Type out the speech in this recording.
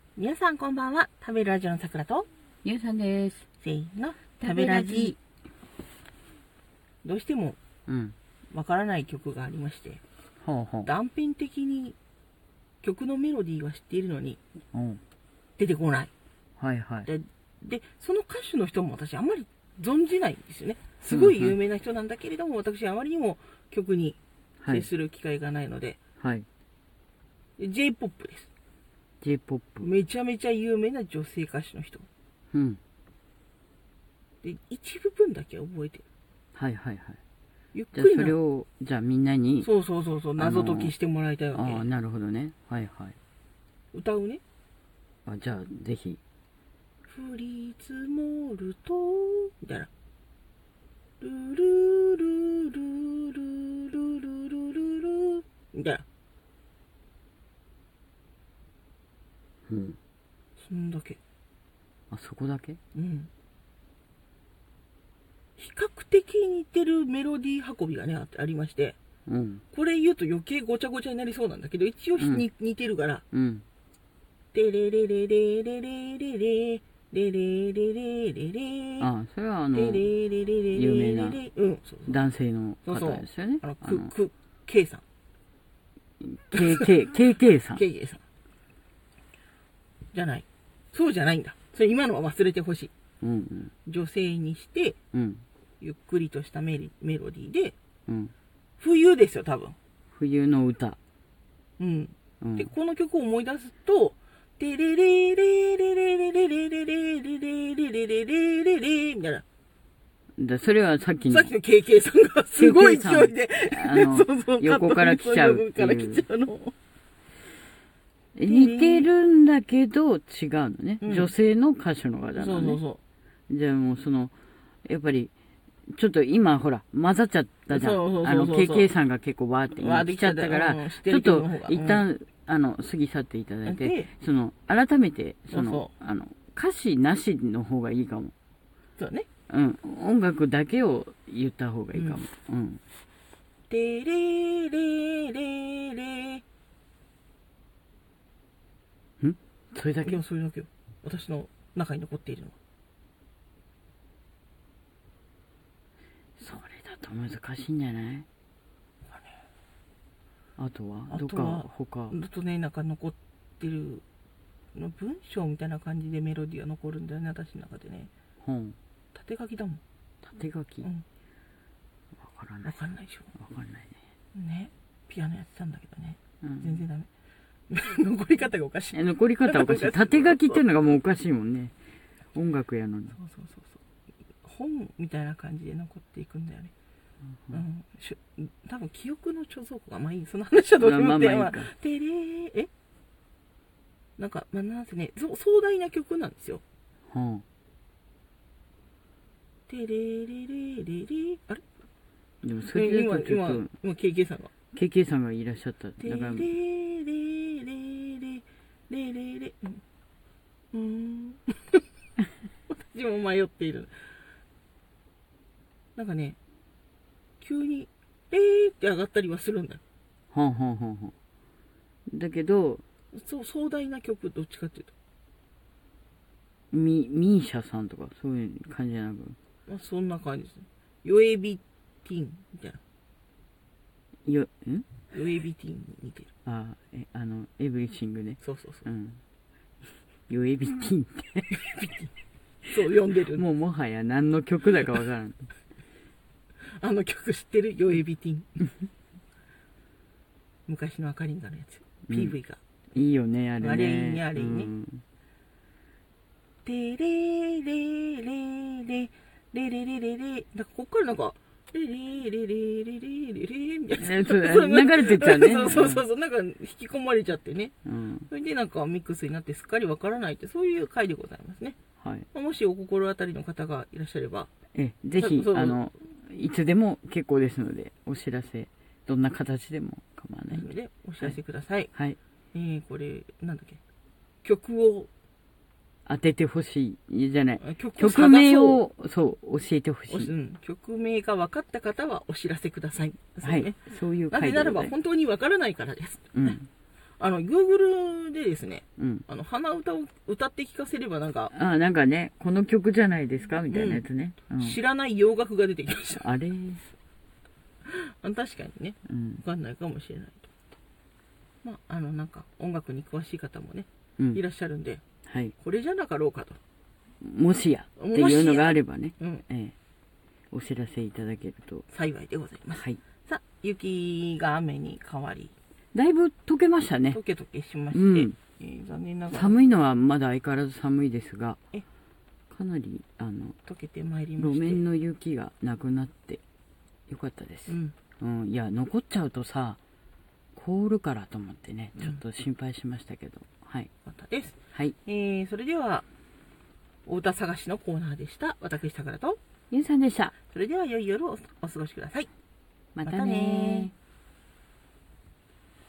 皆さんこんばんは。食べるラジオのさくらとゆうさんです。 せーの、食べラジ。どうしてもわからない曲がありまして、 ほうほう。 断片的に曲のメロディーは知っているのにうん。 出てこない。 はいはい。 で、その歌手の人も私あんまり存じないんですよね。すごい有名な人なんだけれども、私あまりにも曲に接する機会がないので、 はい。 J-POP です。 J-POP。 めちゃめちゃ有名な女性歌手の人。 うん。 で、一部分だけ覚えてる。 はいはいはい。 ゆっくりな。 じゃあそれを、じゃあみんなに。 そう、謎解きしてもらいたいわけ。 ああ、なるほどね。はいはい。 歌うね。 じゃあぜひ。 降り積もると、みたいな。ルルルルルルルルルルみたいな。 うん。 そんだけ。 そこだけ？ うん。比較的似てるメロディー運びがね、ありまして。 うん。 これ言うと余計ごちゃごちゃになりそうなんだけど、一応似てるから。 うん。 テレレレレレレレレレレレレレレ。 それは有名な男性の方ですよね。 K さん。 KK さん。 KK さん。じゃない。そうじゃないんだ。それ今のは忘れてほしい。 うんうん。 女性にして、 うん。 ゆっくりとしたメロディーで、 うん。 冬ですよ、多分。 冬の歌。 うん。で、この曲を思い出すと、テレレレレレレレレレレレレレレレレレみたいな。 それはさっきの KK さんがすごい勢いで、 横から来ちゃうっていう。似てるんだけど違うのね。女性の歌手の方なのね。そう。じゃあもうやっぱり、ちょっと今ほら、混ざっちゃったじゃん。KK さんが結構わーって来ちゃったから、ちょっと一旦、過ぎ去っていただいて、改めて、歌詞なしの方がいいかも。 そうね。 うん。音楽だけを言った方がいいかも。うん。 テレレレレ。 それだけ？ それだけよ。私の中に残っているのは。 それだと難しいんじゃない？あとはどっか他。 あとね、なんか残ってるの文章みたいな感じでメロディーが残るんだよね、私の中でね。縦書きだもん。 縦書き？わからない。 わかんないでしょ。 わかんないね。 ね。ピアノやってたんだけどね。全然ダメ。残り方がおかしい。 残り方おかしい。縦書きっていうのがもうおかしいもんね。音楽やのに。 そう。本みたいな感じで残っていくんだよね。多分記憶の貯蔵庫が、まあいい、その話はどうでもいい。テレー、なんか、なんせね、壮大な曲なんですよ。テレレレレレ、あれでもそれだとちょっと今 KK さんが。 KK さんがいらっしゃった。 テレレレレレレレ。私も迷っている。なんかね、急に、って上がったりはするんだよ。 だけど、 壮大な曲、どっちかっていうと。 ミーシャさんとか、そういう感じじゃなく。 そんな感じですね。ヨエビティンみたいな。ヨエビティンに似てる。 エブリシングね。 そう。 ヨエビティンって。 そう呼んでる。 もはや何の曲だかわからん。 あの曲知ってる？ヨエビティン。昔のアカリンガのやつ。PV が。 いいよね、あれね。 あれいいね。テレレレレレレレレレ。なんかこっからなんか、レレレレレレレレみたいな。 流れてっちゃうね。 そう。なんか引き込まれちゃってね。それでなんかミックスになってすっかりわからないって、そういう回でございますね。 はい。 もしお心当たりの方がいらっしゃれば。 ぜひ、いつでも結構ですので、お知らせ、どんな形でも構わないので、お知らせください。 はい。 これ、なんだっけ。曲を当ててほしい。じゃない。 曲名を、教えてほしい。 曲名が分かった方はお知らせください。 はい。そういうなぜならば本当に分からないからです。 Google でですね、 うん。 鼻歌を歌って聴かせればなんか、 なんかね、この曲じゃないですかみたいなやつね。 知らない洋楽が出てきました。 あれ確かにね、わかんないかもしれないと。なんか音楽に詳しい方もね、いらっしゃるんで、 はい。 これじゃなかろうかと。 もしやっていうのがあればね、お知らせいただけると幸いでございます。 はい。 さあ、雪が雨に変わり、 だいぶ溶けましたね。 溶けしまして、残念ながら。 寒いのはまだ相変わらず寒いですが、かなり、 溶けてまいりまして。 路面の雪がなくなってよかったです。いや、残っちゃうとさ、凍るからと思ってね、ちょっと心配しましたけど、はい。 よかったです。 はい。 それでは、お歌探しのコーナーでした。私、さくらと、 ゆうさんでした。 それでは良い夜をお過ごしください。 またねー。